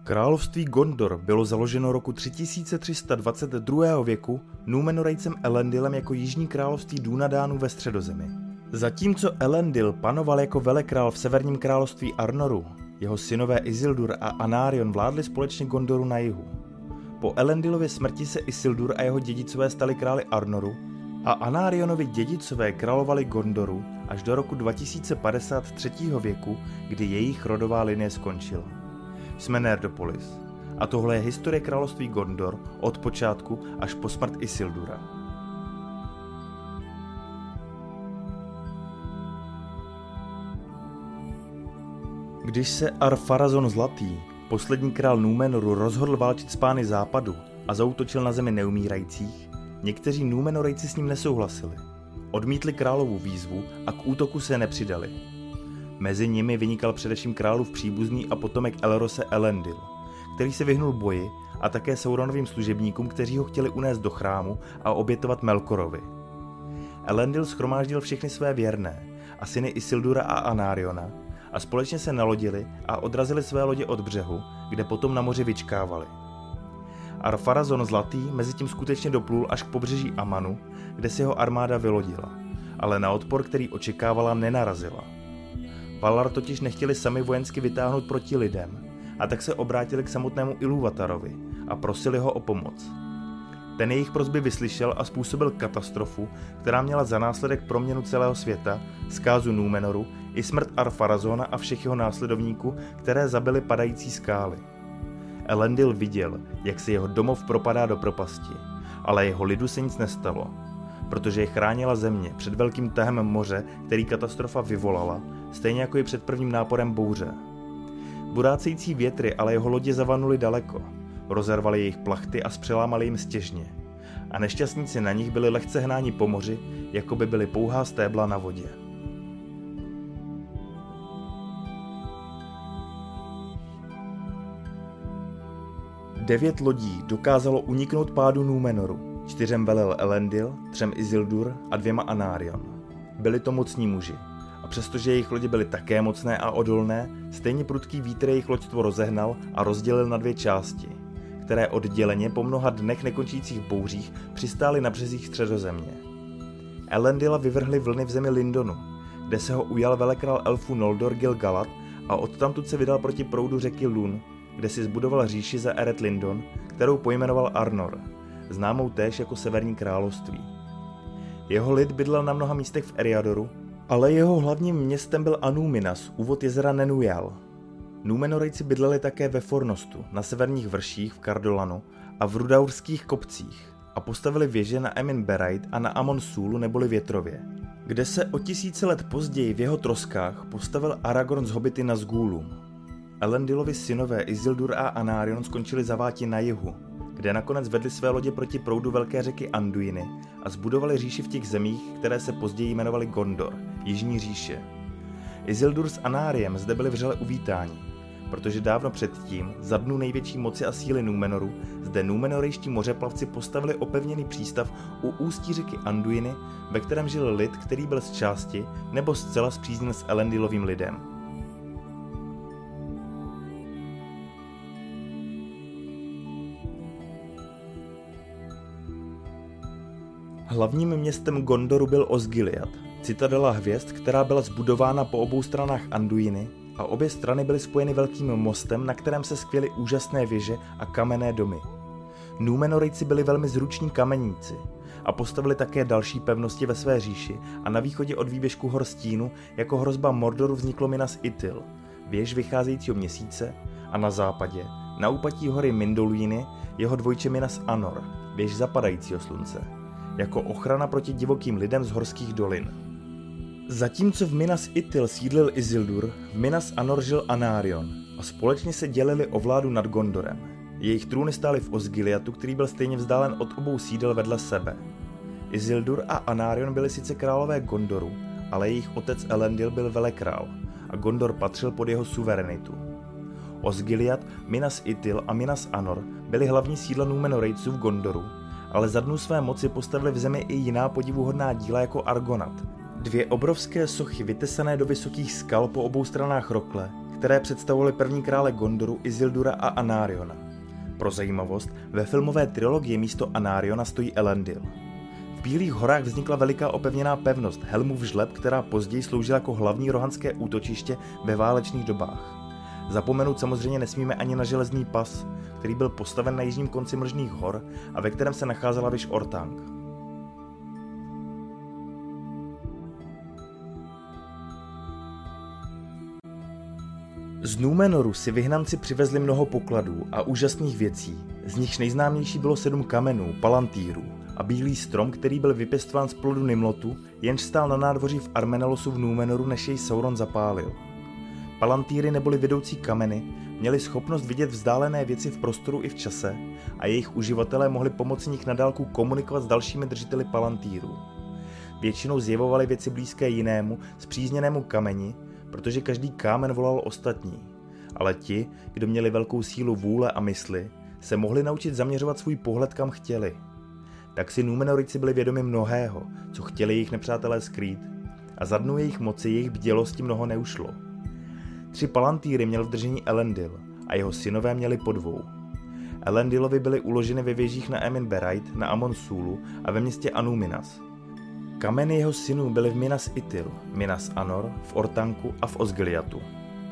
Království Gondor bylo založeno roku 3322. věku Númenorejcem Elendilem jako jižní království Dúnadánů ve Středozemi. Zatímco Elendil panoval jako velekrál v severním království Arnoru, jeho synové Isildur a Anarion vládli společně Gondoru na jihu. Po Elendilově smrti se Isildur a jeho dědicové stali králi Arnoru a Anarionovi dědicové královali Gondoru až do roku 2053. věku, kdy jejich rodová linie skončila. Jsme Nerdopolis a tohle je historie království Gondor od počátku až po smrt Isildura. Když se Ar-Pharazôn Zlatý, poslední král Númenoru, rozhodl válčit s pány západu a zaútočil na zemi neumírajících, někteří Númenorejci s ním nesouhlasili. Odmítli královu výzvu a k útoku se nepřidali. Mezi nimi vynikal především králův příbuzný a potomek Elrose Elendil, který se vyhnul boji a také Sauronovým služebníkům, kteří ho chtěli unést do chrámu a obětovat Melkorovi. Elendil shromáždil všechny své věrné a syny Isildura a Anariona a společně se nalodili a odrazili své lodě od břehu, kde potom na moři vyčkávali. Ar-Pharazôn Zlatý mezitím skutečně doplul až k pobřeží Amanu, kde si jeho armáda vylodila, ale na odpor, který očekávala, nenarazila. Valar totiž nechtěli sami vojensky vytáhnout proti lidem, a tak se obrátili k samotnému Ilúvatarovi a prosili ho o pomoc. Ten jejich prosby vyslyšel a způsobil katastrofu, která měla za následek proměnu celého světa, zkázu Númenoru i smrt Ar-Pharazóna a všech jeho následovníků, které zabily padající skály. Elendil viděl, jak se jeho domov propadá do propasti, ale jeho lidu se nic nestalo, protože je chránila země před velkým tahem moře, který katastrofa vyvolala, stejně jako i před prvním náporem bouře. Burácející větry ale jeho lodě zavanuli daleko, rozervali jejich plachty a zpřelámali jim stěžně. A nešťastníci na nich byli lehce hnáni po moři, jako by byly pouhá stébla na vodě. Devět lodí dokázalo uniknout pádu Númenoru. 4 velel Elendil, 3 Isildur a 2 Anarion. Byli to mocní muži. A přestože jejich lodě byly také mocné a odolné, stejně prudký vítr jejich loďstvo rozehnal a rozdělil na 2 části, které odděleně po mnoha dnech nekončících bouřích přistály na březích Středozemě. Elendila vyvrhly vlny v zemi Lindonu, kde se ho ujal velekrál elfů Noldor Gil-galad a odtamtud se vydal proti proudu řeky Lun, kde si zbudoval říši za Eret Lindon, kterou pojmenoval Arnor, známou též jako Severní království. Jeho lid bydlel na mnoha místech v Eriadoru, ale jeho hlavním městem byl Anúminas, úvod jezera Nenújal. Númenorejci bydleli také ve Fornostu, na severních vrších v Kardolanu a v Rudaurských kopcích a postavili věže na Emin Beraid a na Amon Súlu neboli Větrově, kde se o 1000 let později v jeho troskách postavil Aragorn z hobity na Nazgûlum. Elendilovi synové Isildur a Anarion skončili zaváti na jihu, kde nakonec vedli své lodě proti proudu velké řeky Anduiny a zbudovali říši v těch zemích, které se později jmenovaly Gondor, Jižní říše. Isildur s Anáriem zde byli vřele uvítáni, protože dávno předtím, za dnů největší moci a síly Númenoru, zde númenorejští mořeplavci postavili opevněný přístav u ústí řeky Anduiny, ve kterém žil lid, který byl z části nebo zcela spřízněn s Elendilovým lidem. Hlavním městem Gondoru byl Osgiliath, citadela hvězd, která byla zbudována po obou stranách Anduiny a obě strany byly spojeny velkým mostem, na kterém se skvěly úžasné věže a kamenné domy. Númenorejci byli velmi zruční kamenníci a postavili také další pevnosti ve své říši a na východě od výběžku hor Stínu jako hrozba Mordoru vzniklo Minas Ithil, věž vycházejícího měsíce, a na západě, na úpatí hory Mindoluíny, jeho dvojče Minas Anor, věž zapadajícího slunce, jako ochrana proti divokým lidem z horských dolin. Zatímco v Minas Ithil sídlil Isildur, v Minas Anor žil Anarion a společně se dělili o vládu nad Gondorem. Jejich trůny stály v Osgiliathu, který byl stejně vzdálen od obou sídel vedle sebe. Isildur a Anarion byli sice králové Gondoru, ale jejich otec Elendil byl velekrál a Gondor patřil pod jeho suverenitu. Osgiliath, Minas Ithil a Minas Anor byly hlavní sídla Númenorejců v Gondoru, ale za dnů své moci postavili v zemi i jiná podivuhodná díla jako Argonath, 2 obrovské sochy vytesané do vysokých skal po obou stranách rokle, které představovaly první krále Gondoru, Isildura a Anariona. Pro zajímavost, ve filmové trilogii místo Anariona stojí Elendil. V Bílých horách vznikla veliká opevněná pevnost Helmův žleb, která později sloužila jako hlavní rohanské útočiště ve válečných dobách. Zapomenout samozřejmě nesmíme ani na železný pas, který byl postaven na jižním konci Mlžných hor a ve kterém se nacházela věž Orthanc. Z Númenoru si vyhnanci přivezli mnoho pokladů a úžasných věcí, z nichž nejznámější bylo 7 kamenů, palantýrů a bílý strom, který byl vypěstován z plodu Nimlotu, jenž stál na nádvoří v Armenelosu v Númenoru, než jej Sauron zapálil. Palantýry neboli vedoucí kameny měly schopnost vidět vzdálené věci v prostoru i v čase a jejich uživatelé mohli pomocí nich na dálku komunikovat s dalšími držiteli palantýrů. Většinou zjevovali věci blízké jinému, spřízněnému kameni, protože každý kámen volal ostatní. Ale ti, kdo měli velkou sílu vůle a mysli, se mohli naučit zaměřovat svůj pohled kam chtěli. Tak si Númenorici byli vědomi mnohého, co chtěli jejich nepřátelé skrýt, a za dnu jejich moci jejich bdělosti mnoho neušlo. 3 palantýry měl v držení Elendil a jeho synové měli po 2. Elendilovi byly uloženy ve věžích na Emin Berait, na Amon Súlu a ve městě Anúminas. Kameny jeho synů byly v Minas Ithil, Minas Anor, v Orthancu a v Osgiliathu.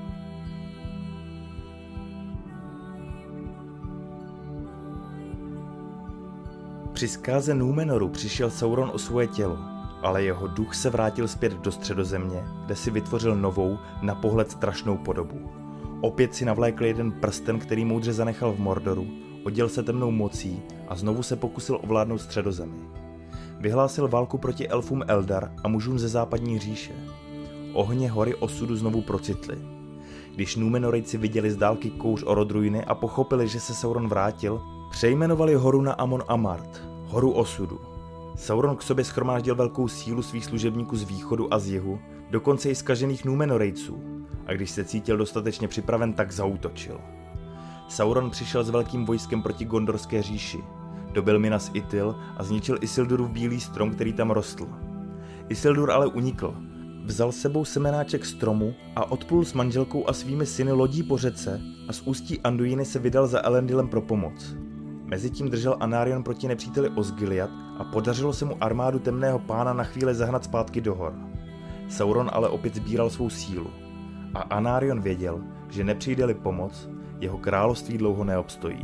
Při zkáze Númenoru přišel Sauron o svoje tělo, ale jeho duch se vrátil zpět do Středozemě, kde si vytvořil novou, na pohled strašnou podobu. Opět si navlékl jeden prsten, který moudře zanechal v Mordoru, oděl se temnou mocí a znovu se pokusil ovládnout Středozemi. Vyhlásil válku proti elfům Eldar a mužům ze západní říše. Ohně hory osudu znovu procitly. Když Númenorejci viděli z dálky kouř Orodruiny a pochopili, že se Sauron vrátil, přejmenovali horu na Amon Amart, horu osudu. Sauron k sobě shromáždil velkou sílu svých služebníků z východu a z jihu, dokonce i zkažených Númenorejců, a když se cítil dostatečně připraven, tak zaútočil. Sauron přišel s velkým vojskem proti Gondorské říši, dobil Minas Ithil a zničil Isildurův bílý strom, který tam rostl. Isildur ale unikl. Vzal s sebou semenáček stromu a odplul s manželkou a svými syny lodí po řece a z ústí Anduiny se vydal za Elendilem pro pomoc. Mezitím držel Anarion proti nepříteli Osgiliath a podařilo se mu armádu Temného pána na chvíli zahnat zpátky do hor. Sauron ale opět sbíral svou sílu. A Anarion věděl, že nepřijde-li pomoc, jeho království dlouho neobstojí.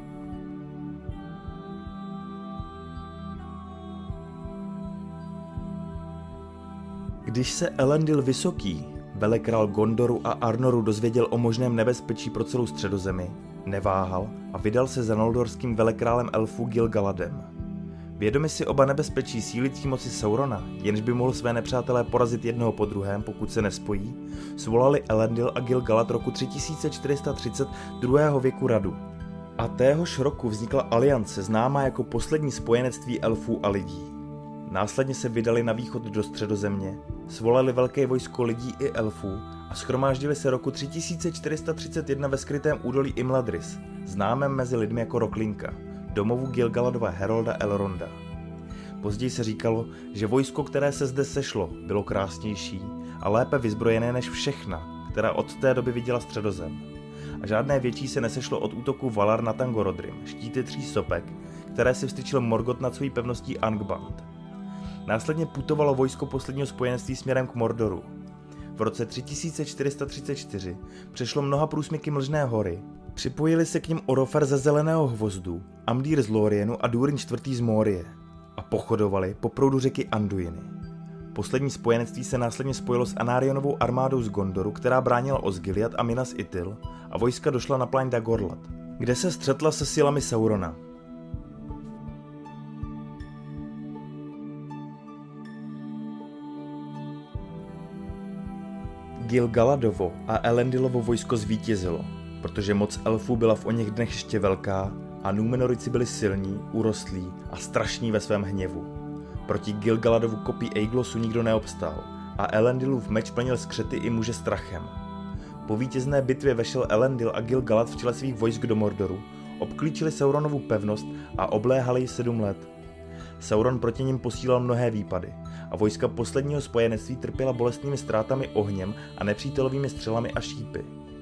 Když se Elendil Vysoký, velekrál Gondoru a Arnoru, dozvěděl o možném nebezpečí pro celou Středozemi, neváhal a vydal se za noldorským velekrálem elfů Gil-galadem. Vědomi si oba nebezpečí sílící moci Saurona, jenž by mohl své nepřátelé porazit jednoho po druhém, pokud se nespojí, svolali Elendil a Gil-galad roku 3430 druhého věku radu. A téhož roku vznikla aliance známá jako poslední spojenectví elfů a lidí. Následně se vydali na východ do Středozemě, svolali velké vojsko lidí i elfů a shromáždili se roku 3431 ve skrytém údolí Imladris, známém mezi lidmi jako Roklinka, domovu Gil-galadova herolda Elronda. Později se říkalo, že vojsko, které se zde sešlo, bylo krásnější a lépe vyzbrojené než všechna, která od té doby viděla Středozem. A žádné větší se nesešlo od útoku Valar na Tangorodrim, štíty 3 sopek, které si vstyčil Morgoth nad svojí pevností Angband. Následně putovalo vojsko posledního spojenství směrem k Mordoru. V roce 3434 přešlo mnoha průsmyky Mlžné hory, připojili se k nim Orofer ze Zeleného hvozdu, Amdýr z Lórienu a Durin IV. Z Mórie a pochodovali po proudu řeky Anduiny. Poslední spojenectví se následně spojilo s Anarionovou armádou z Gondoru, která bránila Osgiliath a Minas Ithil, a vojska došla na pláň Dagorlad, kde se střetla se silami Saurona. Gil-galadovo a Elendilovo vojsko zvítězilo, protože moc elfů byla v oněch dnech ještě velká a Númenorici byli silní, urostlí a strašní ve svém hněvu. Proti Gil-galadovu kopí Eiglosu nikdo neobstál a Elendilův meč plnil skřety i muže strachem. Po vítězné bitvě vešel Elendil a Gil-galad v čele svých vojsk do Mordoru, obklíčili Sauronovu pevnost a obléhali ji 7 let. Sauron proti nim posílal mnohé výpady a vojska posledního spojenectví trpěla bolestnými ztrátami ohněm a nepřítelovými střelami a šípy.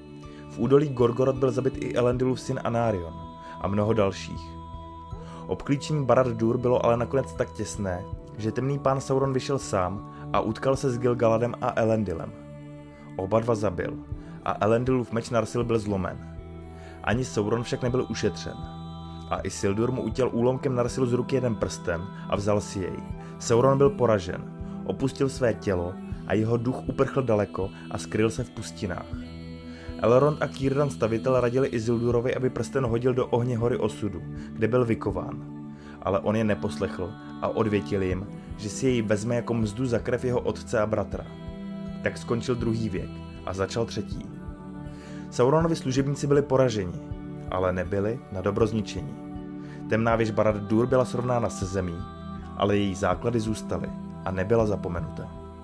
V údolí Gorgoroth byl zabit i Elendilův syn Anarion a mnoho dalších. Obklíčení Barad-dûr bylo ale nakonec tak těsné, že temný pán Sauron vyšel sám a utkal se s Gil-galadem a Elendilem. Oba dva zabil a Elendilův meč Narsil byl zlomen. Ani Sauron však nebyl ušetřen. A Isildur mu utěl úlomkem Narsilu z ruky jeden prsten a vzal si jej. Sauron byl poražen, opustil své tělo a jeho duch uprchl daleko a skryl se v pustinách. Elrond a Círdan stavitel radili Isildurovi, aby prsten hodil do ohně hory osudu, kde byl vykován. Ale on je neposlechl a odvětil jim, že si jej vezme jako mzdu za krev jeho otce a bratra. Tak skončil druhý věk a začal třetí. Sauronovi služebníci byli poraženi, ale nebyli na dobro zničení. Temná věž Barad-dûr byla srovnána se zemí, ale její základy zůstaly a nebyla zapomenuta.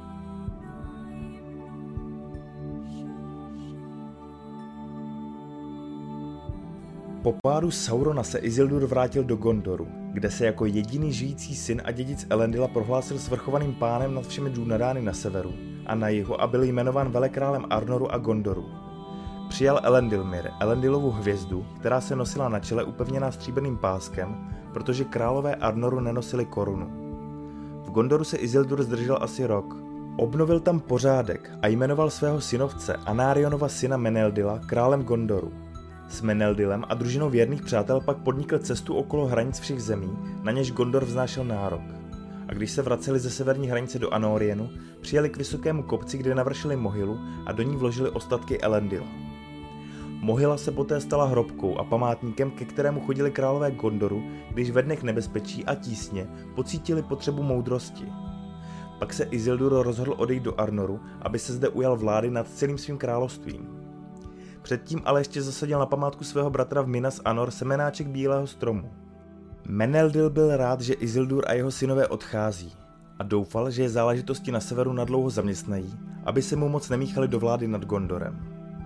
Po pádu Saurona se Isildur vrátil do Gondoru, kde se jako jediný žijící syn a dědic Elendila prohlásil svrchovaným pánem nad všemi Dúnadány na severu a na jihu a byl jmenován velekrálem Arnoru a Gondoru. Přijal Elendilmir, Elendilovu hvězdu, která se nosila na čele upevněná stříbrným páskem, protože králové Arnoru nenosili korunu. V Gondoru se Isildur zdržel asi rok. Obnovil tam pořádek a jmenoval svého synovce Anarionova syna Meneldila králem Gondoru. S Meneldilem a družinou věrných přátel pak podnikl cestu okolo hranic všech zemí, na něž Gondor vznášel nárok. A když se vraceli ze severní hranice do Anorienu, přijeli k vysokému kopci, kde navršili mohylu a do ní vložili ostatky Elendila. Mohyla se poté stala hrobkou a památníkem, ke kterému chodili králové Gondoru, když ve dnech nebezpečí a tísně pocítili potřebu moudrosti. Pak se Isildur rozhodl odejít do Arnoru, aby se zde ujal vlády nad celým svým královstvím. Předtím ale ještě zasadil na památku svého bratra v Minas Anor semenáček bílého stromu. Meneldil byl rád, že Isildur a jeho synové odchází a doufal, že je záležitosti na severu nadlouho zaměstnají, aby se mu moc nemíchali do vlády nad Gondorem.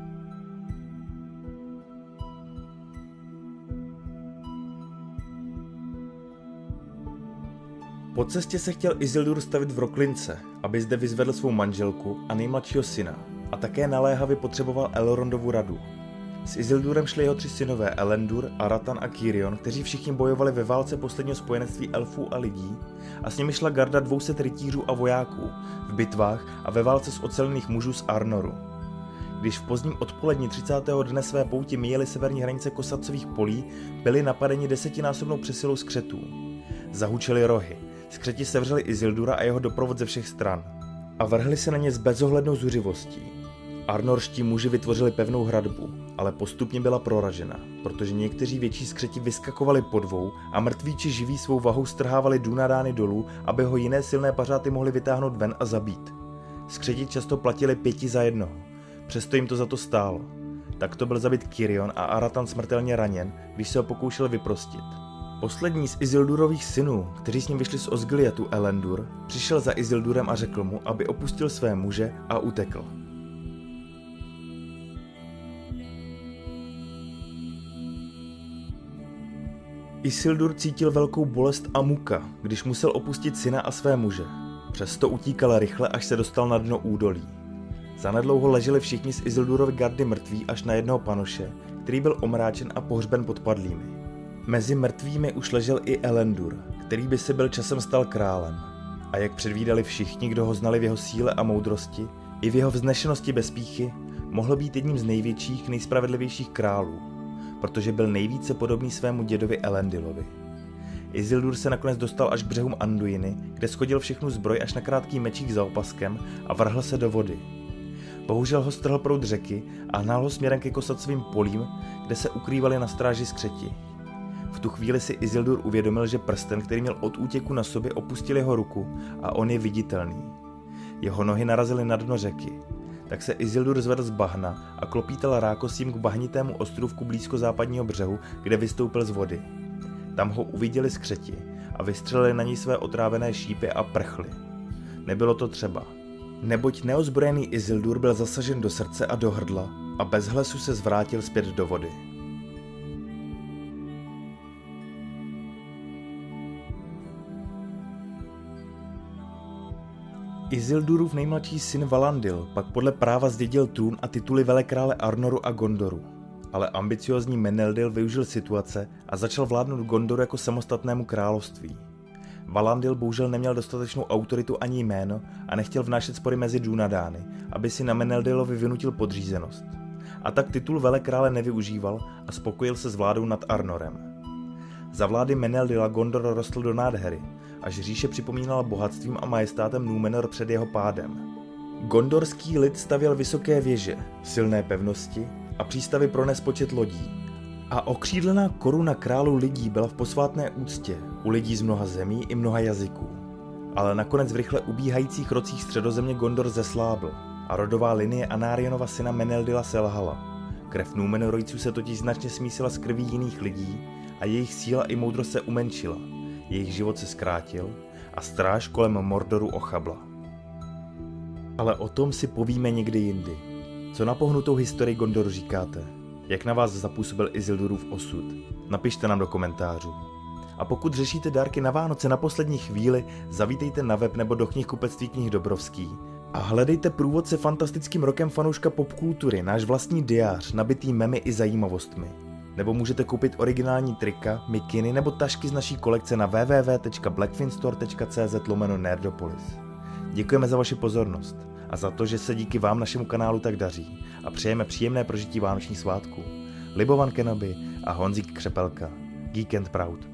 Po cestě se chtěl Isildur stavit v Roklince, aby zde vyzvedl svou manželku a nejmladšího syna, a také naléhavě potřeboval Elrondovu radu. S Isildurem šli jeho 3 synové Elendur, Aratan a Cirion, kteří všichni bojovali ve válce posledního spojenectví elfů a lidí, a s nimi šla garda 200 rytířů a vojáků v bitvách a ve válce z ocelených mužů z Arnoru. Když v pozdním odpoledni 30. dne své pouti míjeli severní hranice Kosacových polí, byli napadeni 10násobnou přesilou skřetů. Zahučeli rohy, skřeti sevřeli Isildura a jeho doprovod ze všech stran a vrhli se na ně s bezohlednou zuřivostí. Arnorští muži vytvořili pevnou hradbu, ale postupně byla proražena, protože někteří větší skřeti vyskakovali po dvou a mrtví či živí svou vahou strhávali Dúnadány dolů, aby ho jiné silné pařáty mohli vytáhnout ven a zabít. Skřeti často platili 5 za jednoho, přesto jim to za to stálo. Takto byl zabit Cirion a Aratan smrtelně raněn, když se ho pokoušel vyprostit. Poslední z Isildurových synů, kteří s ním vyšli z Osgiliathu Elendur, přišel za Isildurem a řekl mu, aby opustil své muže a utekl. Isildur cítil velkou bolest a muka, když musel opustit syna a své muže. Přesto utíkal rychle, až se dostal na dno údolí. Zanedlouho leželi všichni z Isildurovy gardy mrtví až na jednoho panoše, který byl omráčen a pohřben pod padlými. Mezi mrtvými už ležel i Elendur, který by se byl časem stal králem. A jak předvídali všichni, kdo ho znali v jeho síle a moudrosti, i v jeho vznešenosti bez pýchy, mohl být jedním z největších, nejspravedlivějších králů, protože byl nejvíce podobný svému dědovi Elendilovi. Isildur se nakonec dostal až k břehům Anduiny, kde shodil všechnu zbroj až na krátký mečík za opaskem a vrhl se do vody. Bohužel ho strhl proud řeky a hnal ho směrem ke Kosacovým polím, kde se ukrývali na stráži skřeti. V tu chvíli si Isildur uvědomil, že prsten, který měl od útěku na sobě, opustil jeho ruku a on je viditelný. Jeho nohy narazily na dno řeky. Tak se Isildur zvedl z bahna a klopítal rákosím k bahnitému ostrůvku blízko západního břehu, kde vystoupil z vody. Tam ho uviděli skřeti a vystřelili na něj své otrávené šípy a prchli. Nebylo to třeba. Neboť neozbrojený Isildur byl zasažen do srdce a do hrdla a bez hlesu se zvrátil zpět do vody. Isildurův nejmladší syn Valandil pak podle práva zdědil trůn a tituly velekrále Arnoru a Gondoru. Ale ambiciózní Meneldyl využil situace a začal vládnout Gondoru jako samostatnému království. Valandil bohužel neměl dostatečnou autoritu ani jméno a nechtěl vnášet spory mezi Dunadány, aby si na Meneldylovi vynutil podřízenost. A tak titul velekrále nevyužíval a spokojil se s vládou nad Arnorem. Za vlády Meneldyla Gondor rostl do nádhery, až říše připomínala bohatstvím a majestátem Númenor před jeho pádem. Gondorský lid stavěl vysoké věže, silné pevnosti a přístavy pro nespočet lodí. A okřídlená koruna králu lidí byla v posvátné úctě u lidí z mnoha zemí i mnoha jazyků. Ale nakonec v rychle ubíhajících rocích středozemě Gondor zeslábl a rodová linie Anarienova syna Meneldyla selhala. Krev Númenorojců se totiž značně smísila s krví jiných lidí a jejich síla i moudrost se umenšila, jejich život se zkrátil a stráž kolem Mordoru ochabla. Ale o tom si povíme někdy jindy. Co na pohnutou historii Gondoru říkáte? Jak na vás zapůsobil Isildurův osud? Napište nám do komentářů. A pokud řešíte dárky na Vánoce na poslední chvíli, zavítejte na web nebo do knihkupectví Knih Dobrovský a hledejte průvodce fantastickým rokem fanouška popkultury, náš vlastní diář, nabitý memy i zajímavostmi. Nebo můžete koupit originální trika, mikiny nebo tašky z naší kolekce na www.blackfinstore.cz/nerdopolis. Děkujeme za vaši pozornost a za to, že se díky vám našemu kanálu tak daří a přejeme příjemné prožití vánočních svátků. Libovan Kenobi a Honzík Křepelka. Geek and Proud.